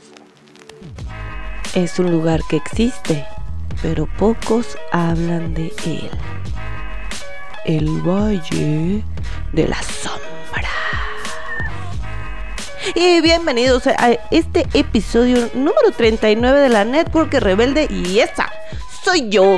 Es un lugar que existe, pero pocos hablan de él. El Valle de la Sombra. Y bienvenidos a este episodio número 39 de la Network Rebelde. Y esa soy yo.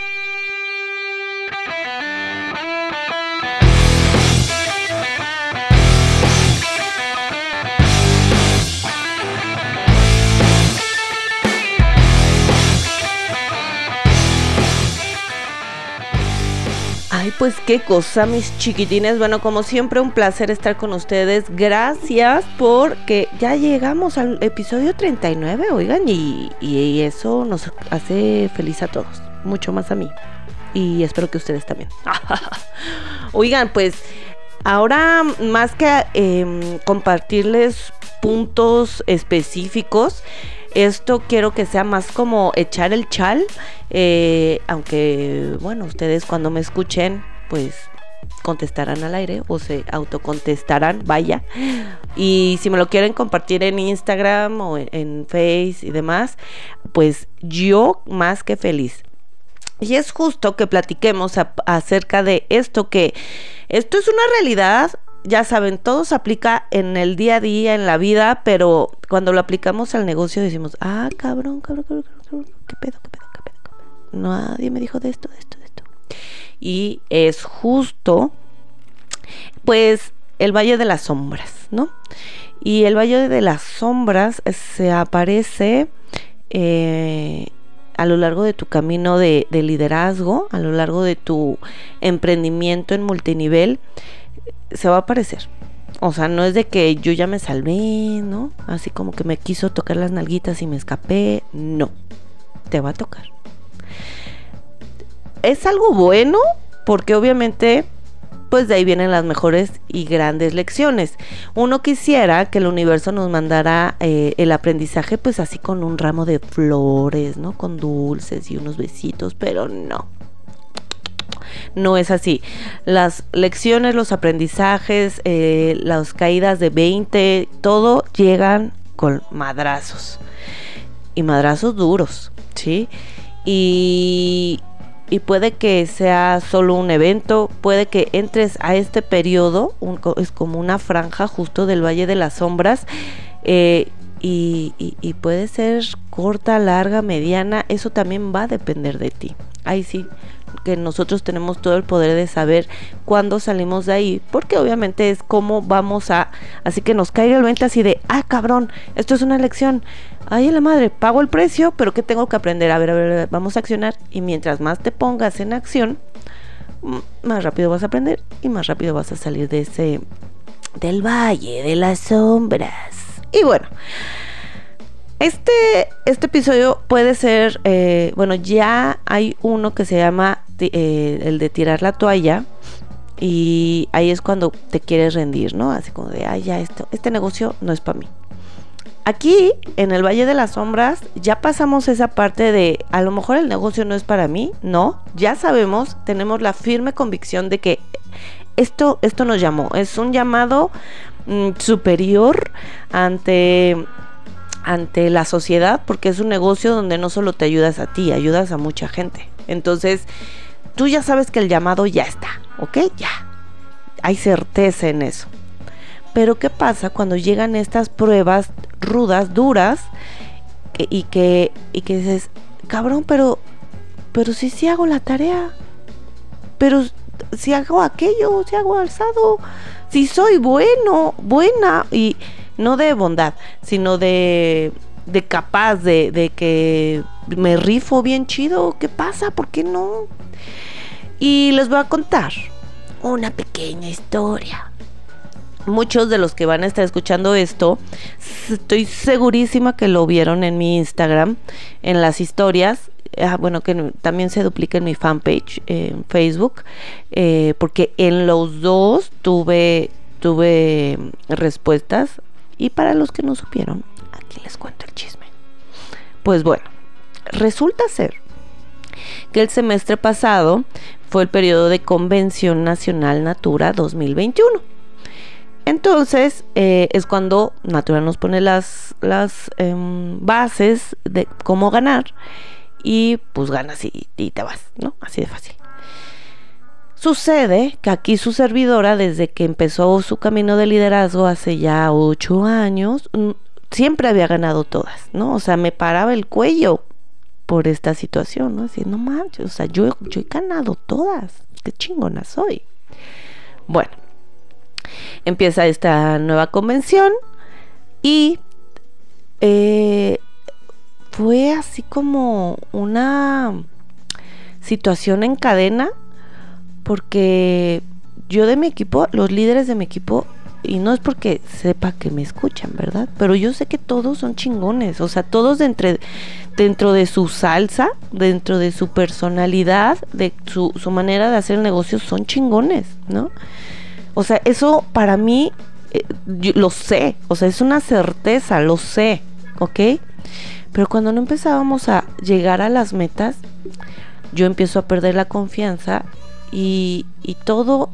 Ay, pues qué cosa, mis chiquitines. Bueno, como siempre, un placer estar con ustedes. Gracias porque ya llegamos al episodio 39, oigan, y eso nos hace feliz a todos, mucho más a mí. Y espero que ustedes también. Oigan, pues ahora más que compartirles puntos específicos, esto quiero que sea más como echar el chal, aunque, bueno, ustedes cuando me escuchen, pues contestarán al aire o se autocontestarán, vaya. Y si me lo quieren compartir en Instagram o en Face y demás, pues yo más que feliz. Y es justo que platiquemos acerca de esto, que esto es una realidad. Ya saben, todo se aplica en el día a día, en la vida, pero cuando lo aplicamos al negocio decimos, cabrón, ¿qué pedo? Nadie me dijo de esto. Y es justo, pues, el Valle de las Sombras, ¿no? Y el Valle de las Sombras se aparece a lo largo de tu camino de liderazgo, a lo largo de tu emprendimiento en multinivel. Se va a aparecer. O sea, no es de que yo ya me salvé, ¿no? Así como que me quiso tocar las nalguitas y me escapé. No, te va a tocar. Es algo bueno porque obviamente pues de ahí vienen las mejores y grandes lecciones. Uno quisiera que el universo nos mandara el aprendizaje pues así con un ramo de flores, ¿no? Con dulces y unos besitos, pero no. No es así. Las lecciones, los aprendizajes, las caídas de 20, todo llegan con madrazos. Y madrazos duros, ¿sí? Y puede que sea solo un evento, puede que entres a este periodo, es como una franja justo del Valle de las Sombras, y puede ser corta, larga, mediana, eso también va a depender de ti. Ahí sí, que nosotros tenemos todo el poder de saber cuándo salimos de ahí, porque obviamente es como vamos así que nos caiga el 20 así de, cabrón, esto es una lección, ay, a la madre, pago el precio, pero ¿qué tengo que aprender? A ver, vamos a accionar, y mientras más te pongas en acción, más rápido vas a aprender, y más rápido vas a salir del Valle de las Sombras. Y bueno, este episodio puede ser, ya hay uno que se llama el de tirar la toalla, y ahí es cuando te quieres rendir, ¿no? Así como de, este negocio no es para mí. Aquí, en el Valle de las Sombras, ya pasamos esa parte de, a lo mejor el negocio no es para mí, no, ya sabemos, tenemos la firme convicción de que esto nos llamó, es un llamado superior ante la sociedad, porque es un negocio donde no solo te ayudas a ti, ayudas a mucha gente. Entonces, tú ya sabes que el llamado ya está, ¿ok? Ya. Hay certeza en eso. Pero ¿qué pasa cuando llegan estas pruebas rudas, duras, y que dices, cabrón, pero sí hago la tarea, pero si hago aquello, si hago alzado, si soy buena, y no de bondad, sino de capaz, de que me rifo bien chido? ¿Qué pasa? ¿Por qué no? Y les voy a contar una pequeña historia. Muchos de los que van a estar escuchando esto, estoy segurísima que lo vieron en mi Instagram, en las historias. Que también se duplica en mi fanpage en Facebook, porque en los dos tuve respuestas. Y para los que no supieron, aquí les cuento el chisme. Pues bueno, resulta ser que el semestre pasado fue el periodo de Convención Nacional Natura 2021. Entonces es cuando Natural nos pone las bases de cómo ganar y pues ganas y te vas, ¿no? Así de fácil. Sucede que aquí su servidora, desde que empezó su camino de liderazgo hace ya 8 años, siempre había ganado todas, ¿no? O sea, me paraba el cuello por esta situación, ¿no? Así, no manches, o sea, yo he ganado todas, qué chingona soy. Bueno, empieza esta nueva convención y fue así como una situación en cadena, porque yo de mi equipo, los líderes de mi equipo, y no es porque sepa que me escuchan, ¿verdad? Pero yo sé que todos son chingones, o sea, todos dentro de su salsa, dentro de su personalidad, de su manera de hacer negocios, son chingones, ¿no? O sea, eso para mí, yo lo sé, o sea, es una certeza, lo sé, ¿ok? Pero cuando no empezábamos a llegar a las metas, yo empiezo a perder la confianza y todo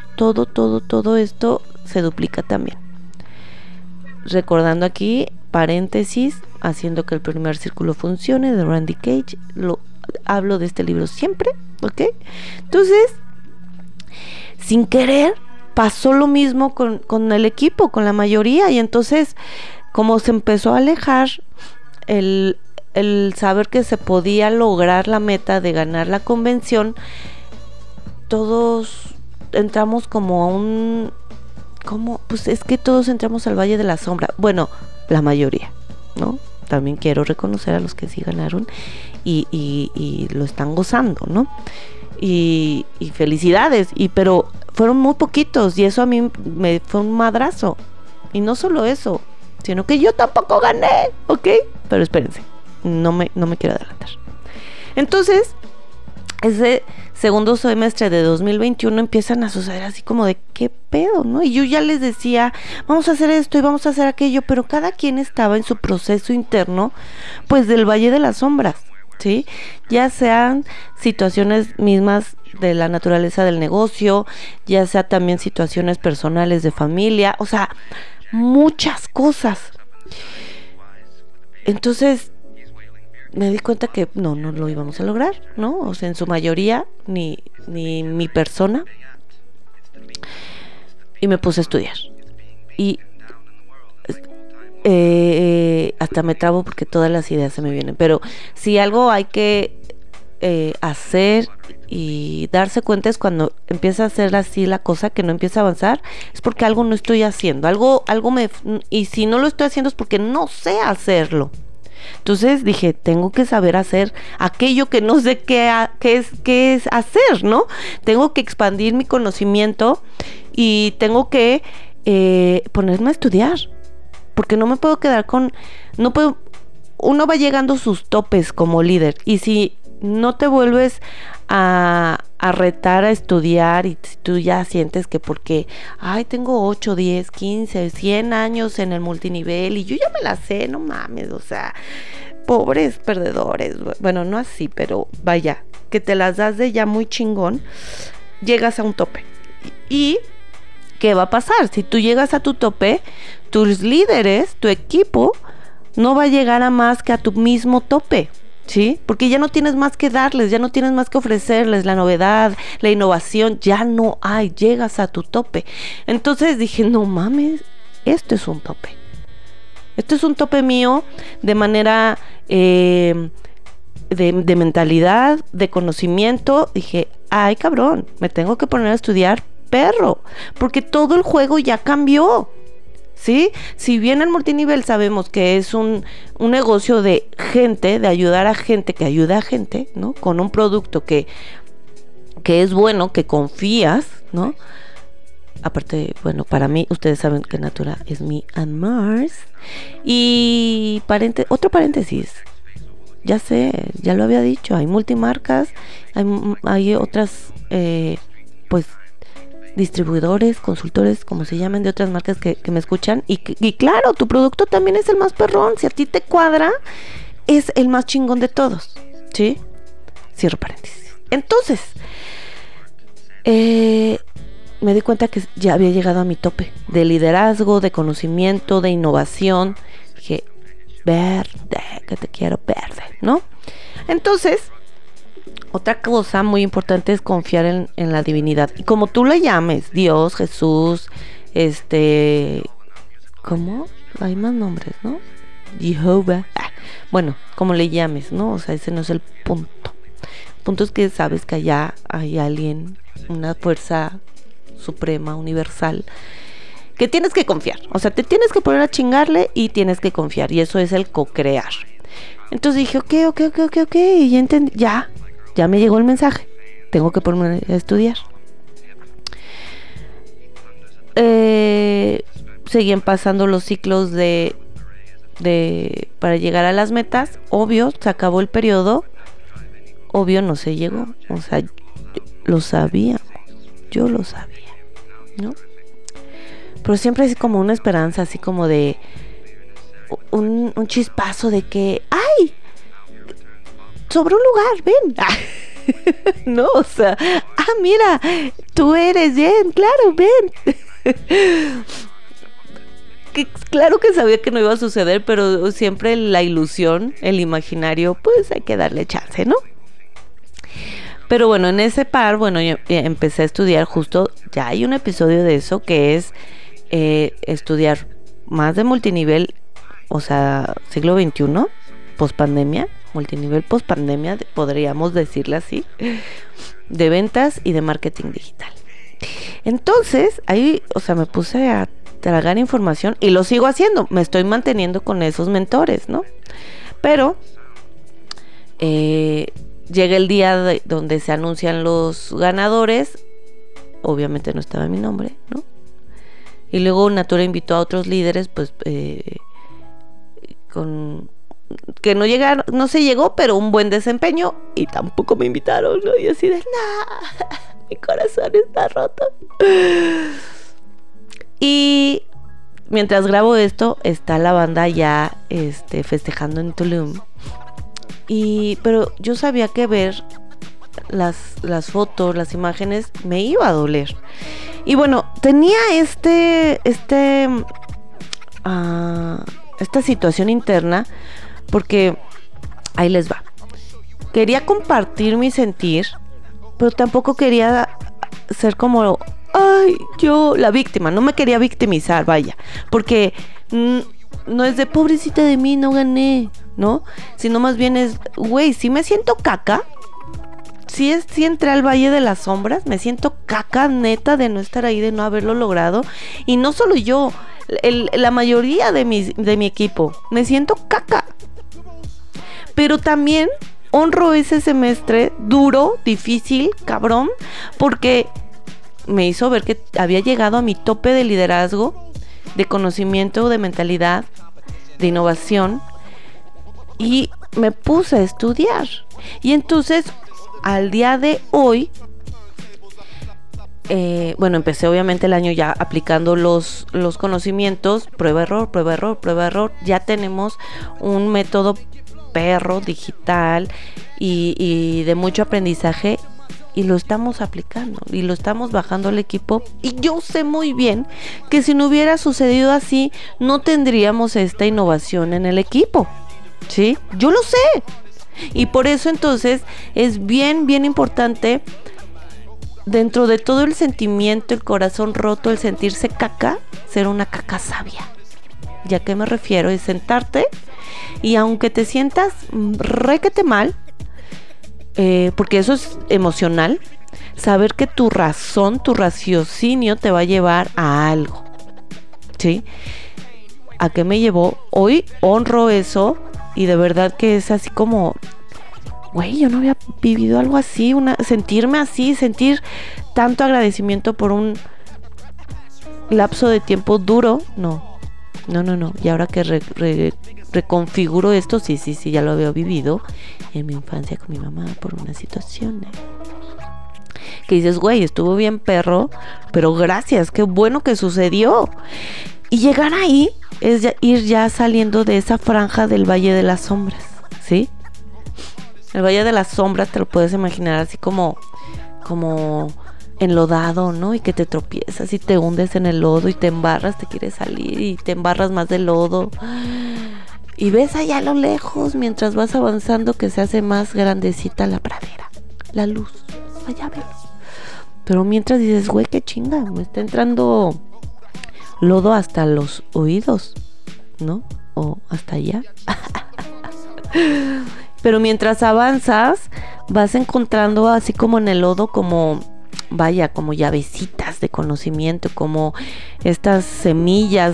esto se duplica también. Recordando aquí, paréntesis, haciendo que el primer círculo funcione, de Randy Cage, hablo de este libro siempre, ¿ok? Entonces, sin querer, pasó lo mismo con el equipo, con la mayoría, y entonces, como se empezó a alejar el saber que se podía lograr la meta de ganar la convención, todos entramos pues es que todos entramos al Valle de la Sombra. Bueno, la mayoría, ¿no? También quiero reconocer a los que sí ganaron y lo están gozando, ¿no? Y felicidades, pero fueron muy poquitos y eso a mí me fue un madrazo. Y no solo eso, sino que yo tampoco gané, ¿ok? Pero espérense, no me quiero adelantar. Entonces, ese segundo semestre de 2021 empiezan a suceder así como de qué pedo, ¿no? Y yo ya les decía, vamos a hacer esto y vamos a hacer aquello, pero cada quien estaba en su proceso interno, pues del Valle de las Sombras, ¿sí? Ya sean situaciones mismas de la naturaleza del negocio, ya sea también situaciones personales de familia, o sea, muchas cosas. Entonces me di cuenta que no lo íbamos a lograr, ¿no? O sea, en su mayoría, ni mi persona. Y me puse a estudiar. Y hasta me trabo porque todas las ideas se me vienen. Pero si algo hay que hacer y darse cuenta es cuando empieza a hacer así la cosa que no empieza a avanzar, es porque algo no estoy haciendo. Algo y si no lo estoy haciendo es porque no sé hacerlo. Entonces dije, tengo que saber hacer aquello que no sé qué es hacer, ¿no? Tengo que expandir mi conocimiento y tengo que ponerme a estudiar, porque no me puedo quedar uno va llegando a sus topes como líder, y si no te vuelves a retar a estudiar y tú ya sientes que porque tengo 8, 10, 15, 100 años en el multinivel y yo ya me la sé, no mames, o sea, pobres perdedores, bueno, no así, pero vaya, que te las das de ya muy chingón, llegas a un tope. ¿Y qué va a pasar? Si tú llegas a tu tope, tus líderes, tu equipo, no va a llegar a más que a tu mismo tope, ¿sí? Porque ya no tienes más que darles, ya no tienes más que ofrecerles, la novedad, la innovación, ya no hay, llegas a tu tope. Entonces dije, no mames, esto es un tope. Esto es un tope mío de manera de mentalidad, de conocimiento. Dije, ay cabrón, me tengo que poner a estudiar, perro, porque todo el juego ya cambió. ¿Sí? Si bien el multinivel sabemos que es un negocio de gente, de ayudar a gente, que ayuda a gente, ¿no? Con un producto que es bueno, que confías, ¿no? Aparte, bueno, para mí, ustedes saben que Natura es mi and Mars. Y otro paréntesis. Ya sé, ya lo había dicho, hay multimarcas, hay otras, pues, distribuidores, consultores, como se llaman, de otras marcas que me escuchan, y claro, tu producto también es el más perrón, si a ti te cuadra, es el más chingón de todos, ¿sí? Cierro paréntesis. Entonces, me di cuenta que ya había llegado a mi tope de liderazgo, de conocimiento, de innovación. Dije, verde, que te quiero verde, ¿no? Entonces, otra cosa muy importante es confiar en la divinidad. Y como tú le llames, Dios, Jesús, ¿cómo? Hay más nombres, ¿no? Jehová. Bueno, como le llames, ¿no? O sea, ese no es el punto. El punto es que sabes que allá hay alguien, una fuerza suprema, universal, que tienes que confiar. O sea, te tienes que poner a chingarle y tienes que confiar. Y eso es el co-crear. Entonces dije, ok. Y ya entendí, ya me llegó el mensaje. Tengo que ponerme a estudiar. Seguían pasando los ciclos para llegar a las metas. Obvio, se acabó el periodo. Obvio, no se llegó. O sea, lo sabíamos. Yo lo sabía, ¿no? Pero siempre es como una esperanza, así como de un chispazo de que ¡ay! Sobre un lugar, ven. No, o sea, mira, tú eres bien, claro, ven. Claro que sabía que no iba a suceder, pero siempre la ilusión, el imaginario, pues hay que darle chance, ¿no? Pero bueno, en ese par, bueno, yo empecé a estudiar justo, ya hay un episodio de eso que es estudiar más de multinivel, o sea, siglo XXI, pospandemia, multinivel pospandemia, podríamos decirle así, de ventas y de marketing digital. Entonces, ahí, o sea, me puse a tragar información y lo sigo haciendo, me estoy manteniendo con esos mentores, ¿no? Pero llega el día donde se anuncian los ganadores, obviamente no estaba mi nombre, ¿no? Y luego Natura invitó a otros líderes, pues, con que no se llegó, pero un buen desempeño, y tampoco me invitaron, ¿no? Y así de, nah, mi corazón está roto. Y mientras grabo esto, está la banda ya festejando en Tulum. Pero yo sabía que ver las fotos, las imágenes, me iba a doler. Y bueno, tenía esta situación interna, porque ahí les va. Quería compartir mi sentir, pero tampoco quería ser como, ay, yo la víctima. No me quería victimizar, vaya, porque no es de pobrecita de mí, no gané, ¿no? Sino más bien es, güey, sí me siento caca. Sí entré al Valle de las Sombras, me siento caca neta de no estar ahí, de no haberlo logrado. Y no solo yo, la mayoría de mi equipo, me siento caca. Pero también honro ese semestre duro, difícil, cabrón, porque me hizo ver que había llegado a mi tope de liderazgo, de conocimiento, de mentalidad, de innovación, y me puse a estudiar. Y entonces, al día de hoy, empecé obviamente el año ya aplicando los conocimientos, prueba, error. Ya tenemos un método perro digital y de mucho aprendizaje, y lo estamos aplicando y lo estamos bajando al equipo. Y yo sé muy bien que si no hubiera sucedido así, no tendríamos esta innovación en el equipo, ¿sí? Yo lo sé. Y por eso entonces es bien, bien importante, dentro de todo el sentimiento, el corazón roto, el sentirse caca, ser una caca sabia. ¿Y a qué me refiero? Es sentarte y aunque te sientas requete mal, porque eso es emocional, saber que tu razón, tu raciocinio te va a llevar a algo, ¿sí? ¿A qué me llevó? Hoy honro eso y de verdad que es así como, güey, yo no había vivido algo así, sentirme así, sentir tanto agradecimiento por un lapso de tiempo duro, no. Y ahora que reconfiguro esto, sí, ya lo había vivido en mi infancia con mi mamá por una situación, que dices, güey, estuvo bien perro, pero gracias, qué bueno que sucedió. Y llegar ahí es ir ya saliendo de esa franja del Valle de las Sombras, ¿sí? El Valle de las Sombras te lo puedes imaginar así como enlodado, ¿no? Y que te tropiezas y te hundes en el lodo y te embarras, te quieres salir y te embarras más de lodo. Y ves allá a lo lejos, mientras vas avanzando, que se hace más grandecita la pradera, la luz, allá ves. Pero mientras dices, güey, qué chinga, me está entrando lodo hasta los oídos, ¿no? O hasta allá. Pero mientras avanzas, vas encontrando así como en el lodo, como, vaya, como llavecitas de conocimiento, como estas semillas,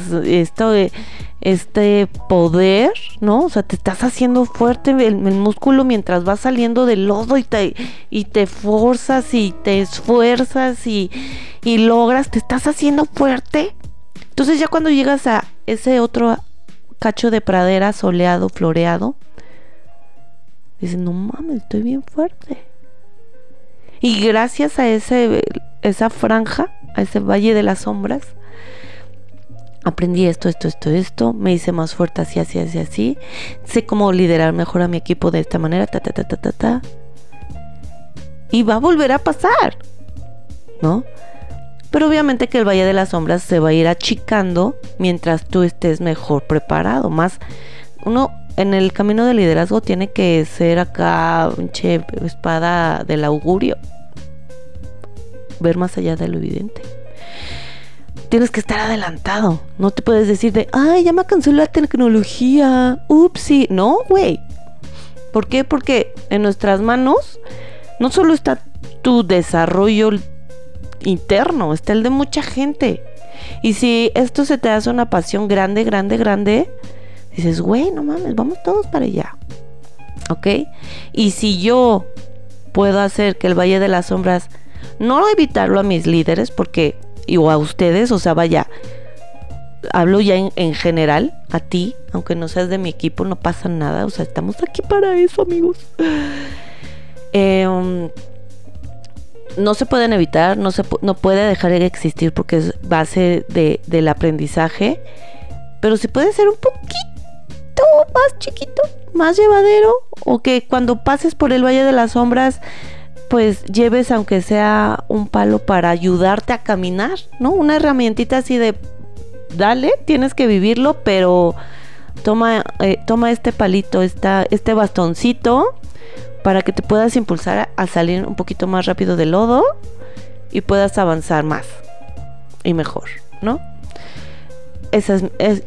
este poder, ¿no? O sea, te estás haciendo fuerte el músculo mientras vas saliendo del lodo y te forzas y te esfuerzas y logras, te estás haciendo fuerte. Entonces ya cuando llegas a ese otro cacho de pradera soleado, floreado, dices, no mames, estoy bien fuerte. Y gracias a esa franja, a ese valle de las sombras, aprendí esto, me hice más fuerte así. Sé cómo liderar mejor a mi equipo de esta manera, Y va a volver a pasar, ¿no? Pero obviamente que el valle de las sombras se va a ir achicando mientras tú estés mejor preparado. Más, uno en el camino del liderazgo tiene que ser acá, espada del augurio. Ver más allá de lo evidente. Tienes que estar adelantado. No te puedes decir de, ay, ya me cansó la tecnología. Upsi. No, güey. ¿Por qué? Porque en nuestras manos no solo está tu desarrollo interno, está el de mucha gente. Y si esto se te hace una pasión grande, dices, güey, no mames, vamos todos para allá. ¿Ok? Y si yo puedo hacer que el Valle de las Sombras, no evitarlo a mis líderes, porque, o a ustedes, o sea, vaya, hablo ya en general, a ti, aunque no seas de mi equipo, no pasa nada, o sea, estamos aquí para eso, amigos. No se pueden evitar, no puede dejar de existir porque es base del aprendizaje, pero sí puede ser un poquito más chiquito, más llevadero, o que cuando pases por el Valle de las Sombras, pues lleves aunque sea un palo para ayudarte a caminar, ¿no? Una herramientita así de, dale, tienes que vivirlo, pero toma este palito, este bastoncito, para que te puedas impulsar a salir un poquito más rápido del lodo y puedas avanzar más y mejor, ¿no? Esa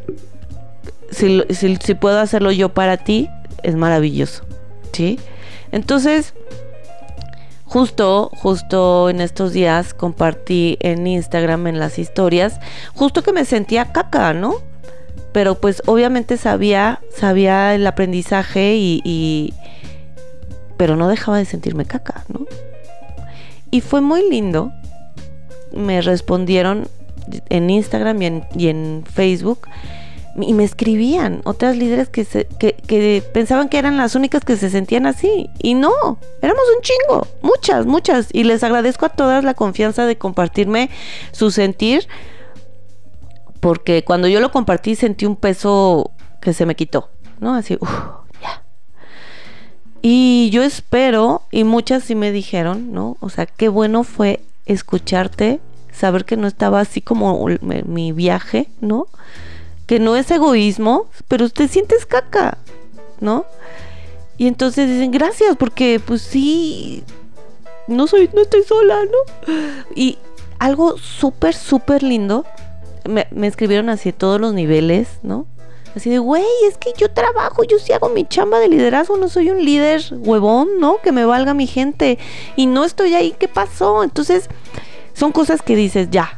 si puedo hacerlo yo para ti, es maravilloso, ¿sí? Entonces, justo en estos días compartí en Instagram, en las historias, justo que me sentía caca, ¿no? Pero pues obviamente sabía el aprendizaje pero no dejaba de sentirme caca, ¿no? Y fue muy lindo. Me respondieron en Instagram y en Facebook y me escribían otras líderes que pensaban que eran las únicas que se sentían así. Y no, éramos un chingo, muchas. Y les agradezco a todas la confianza de compartirme su sentir, porque cuando yo lo compartí sentí un peso que se me quitó, ¿no? Así, ya. Y yo espero, y muchas sí me dijeron, ¿no? O sea, qué bueno fue escucharte, saber que no estaba así como mi viaje, ¿no? Que no es egoísmo, pero te sientes caca, ¿no? Y entonces dicen, gracias, porque pues sí, no estoy sola, ¿no? Y algo súper lindo, me escribieron así de todos los niveles, ¿no? Así de, güey, es que yo trabajo, yo sí hago mi chamba de liderazgo, no soy un líder huevón, ¿no? Que me valga mi gente y no estoy ahí, ¿qué pasó? Entonces, son cosas que dices, ya.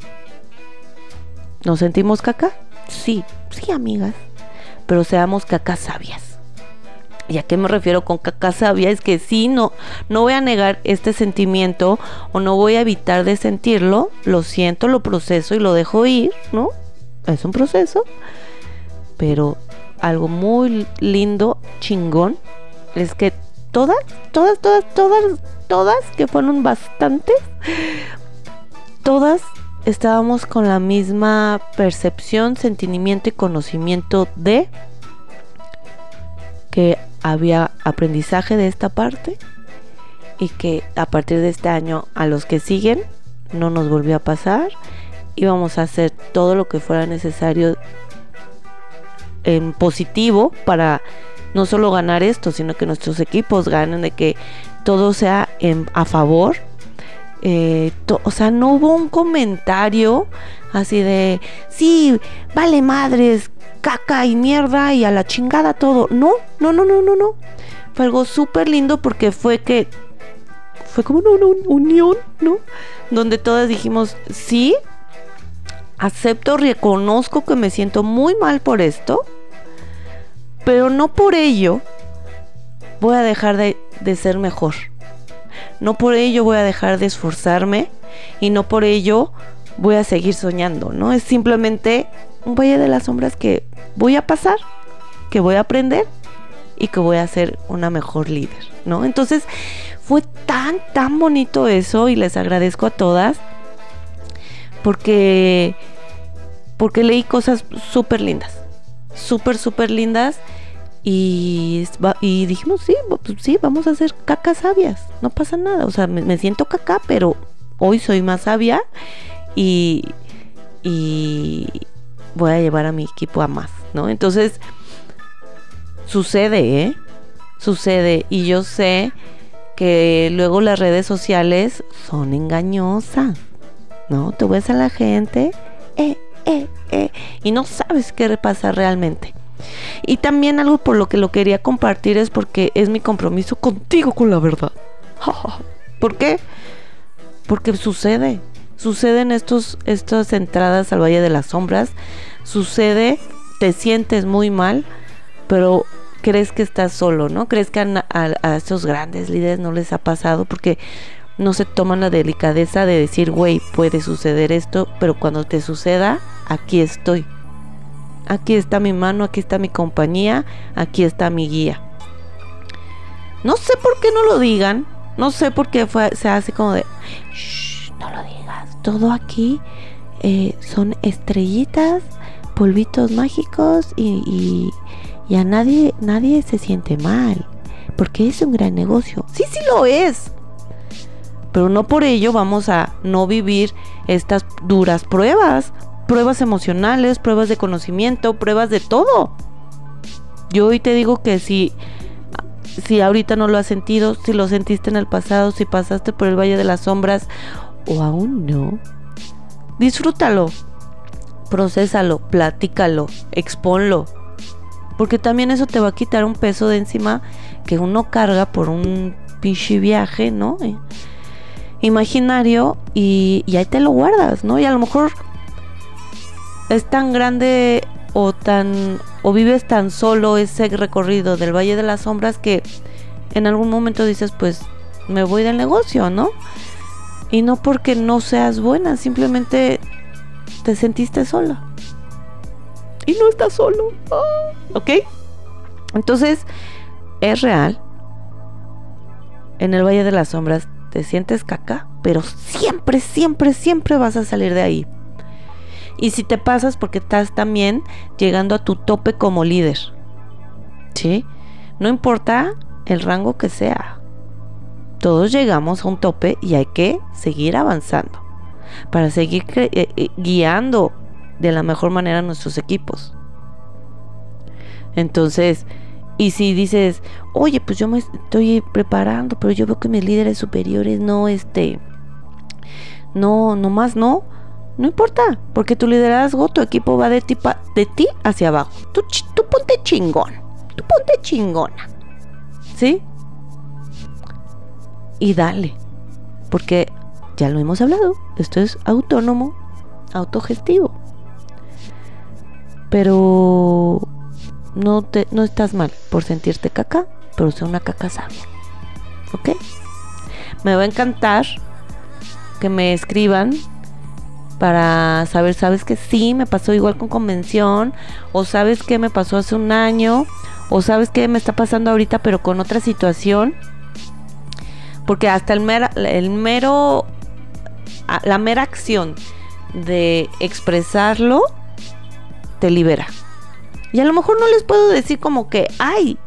¿Nos sentimos caca? Sí, amigas, pero seamos cacas sabias. ¿Y a qué me refiero con caca sabia? Es que sí, no voy a negar este sentimiento o no voy a evitar de sentirlo, lo siento, lo proceso y lo dejo ir, ¿no? Es un proceso. Pero algo muy lindo, chingón, es que todas, que fueron bastantes, todas estábamos con la misma percepción, sentimiento y conocimiento de que había aprendizaje de esta parte y que a partir de este año a los que siguen no nos volvió a pasar. Íbamos a hacer todo lo que fuera necesario en positivo para no solo ganar esto, sino que nuestros equipos ganen, de que todo sea a favor. O sea, no hubo un comentario así de sí, vale madres, caca y mierda y a la chingada todo. No. Fue algo súper lindo porque fue como una unión, ¿no? Donde todas dijimos sí, acepto, reconozco que me siento muy mal por esto, pero no por ello voy a dejar de ser mejor. No por ello voy a dejar de esforzarme y no por ello voy a seguir soñando, ¿no? Es simplemente un valle de las sombras que voy a pasar, que voy a aprender y que voy a ser una mejor líder, ¿no? Entonces fue tan bonito eso y les agradezco a todas porque leí cosas súper lindas, súper lindas. Y dijimos, sí, vamos a hacer cacas sabias, no pasa nada, o sea, me siento caca, pero hoy soy más sabia y voy a llevar a mi equipo a más, ¿no? Entonces, sucede, y yo sé que luego las redes sociales son engañosas, ¿no? Tú ves a la gente, y no sabes qué pasa realmente. Y también algo por lo que lo quería compartir es porque es mi compromiso contigo con la verdad. ¿Por qué? Porque suceden estas entradas al Valle de las Sombras. Sucede, te sientes muy mal, pero crees que estás solo, ¿no? Crees que a estos grandes líderes no les ha pasado porque no se toman la delicadeza de decir, güey, puede suceder esto, pero cuando te suceda, aquí estoy. Aquí está mi mano, aquí está mi compañía, aquí está mi guía. No sé por qué no lo digan, no sé por qué se hace como de shh, no lo digas. Todo aquí son estrellitas, polvitos mágicos y a nadie se siente mal, porque es un gran negocio. Sí lo es. Pero no por ello vamos a no vivir estas duras pruebas emocionales, pruebas de conocimiento, pruebas de todo. Yo hoy te digo que si ahorita no lo has sentido, si lo sentiste en el pasado, si pasaste por el Valle de las Sombras o aún no, disfrútalo, procésalo, platícalo, expónlo, porque también eso te va a quitar un peso de encima que uno carga por un pinche viaje, ¿no? Imaginario y ahí te lo guardas, ¿no? Y a lo mejor es tan grande o vives tan solo ese recorrido del Valle de las Sombras que en algún momento dices, pues me voy del negocio, ¿no? Y no porque no seas buena, simplemente te sentiste sola y no estás solo, ¿ok? Entonces es real, en el Valle de las Sombras te sientes caca, pero siempre vas a salir de ahí. Y si te pasas porque estás también llegando a tu tope como líder, ¿sí? No importa el rango que sea, todos llegamos a un tope y hay que seguir avanzando para seguir guiando de la mejor manera a nuestros equipos. Entonces, y si dices, oye, pues yo me estoy preparando, pero yo veo que mis líderes superiores no No importa, porque tu liderazgo, tu equipo va de ti hacia abajo. Tú ponte chingón, tú ponte chingona, ¿sí? Y dale, porque ya lo hemos hablado, esto es autónomo, autogestivo. Pero no estás mal por sentirte caca, pero sé una caca sabia, ¿ok? Me va a encantar que me escriban para saber, ¿sabes que sí me pasó igual con convención? O ¿sabes qué me pasó hace un año? O ¿sabes qué me está pasando ahorita pero con otra situación? Porque hasta la mera acción de expresarlo te libera. Y a lo mejor no les puedo decir como que, ay,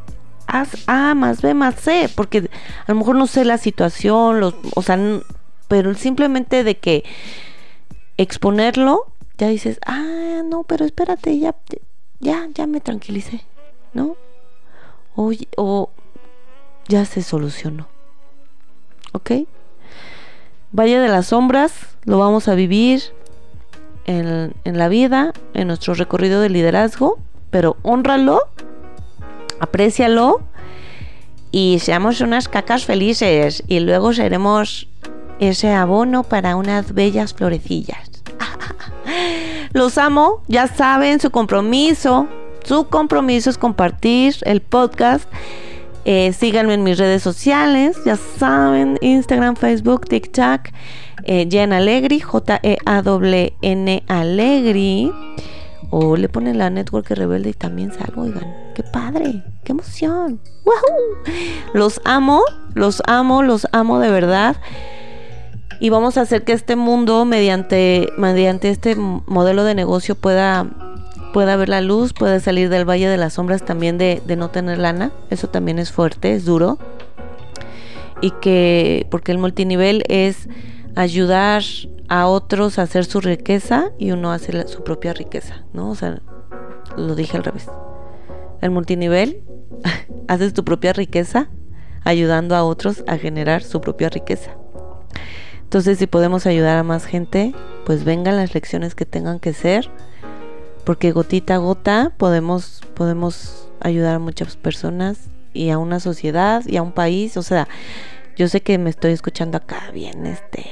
haz A más B más C, porque a lo mejor no sé la situación, o sea, pero simplemente de que exponerlo, ya dices, no, pero espérate, ya me tranquilicé, ¿no? O ya se solucionó, ¿ok? Valle de las Sombras, lo vamos a vivir en la vida, en nuestro recorrido de liderazgo, pero hónralo, aprécialo y seamos unas cacas felices y luego seremos ese abono para unas bellas florecillas. Los amo, ya saben, su compromiso es compartir el podcast. Síganme en mis redes sociales, ya saben, Instagram, Facebook, TikTok, Jen Alegri, Jeawn Alegri, o le ponen la Network Rebelde y también salgo, oigan, qué padre, qué emoción. ¡Woohoo! Los amo de verdad. Y vamos a hacer que este mundo, mediante este modelo de negocio, pueda ver la luz, pueda salir del Valle de las Sombras también de no tener lana. Eso también es fuerte, es duro. Y porque el multinivel es ayudar a otros a hacer su riqueza y uno hace su propia riqueza, ¿no? O sea, lo dije al revés. El multinivel, haces tu propia riqueza ayudando a otros a generar su propia riqueza. Entonces, si podemos ayudar a más gente, pues vengan las lecciones que tengan que ser, porque gotita a gota podemos ayudar a muchas personas y a una sociedad y a un país. O sea, yo sé que me estoy escuchando acá bien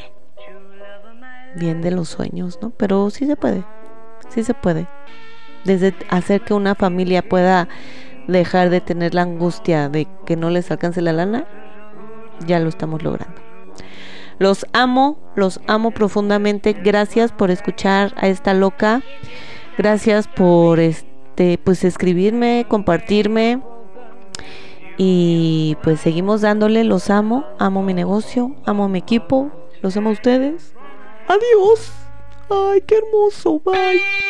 de los sueños, ¿no? Pero sí se puede. Desde hacer que una familia pueda dejar de tener la angustia de que no les alcance la lana, ya lo estamos logrando. Los amo profundamente. Gracias por escuchar a esta loca. Gracias por pues escribirme, compartirme. Y pues seguimos dándole. Los amo mi negocio, amo mi equipo, los amo a ustedes. Adiós. Ay, qué hermoso. Bye.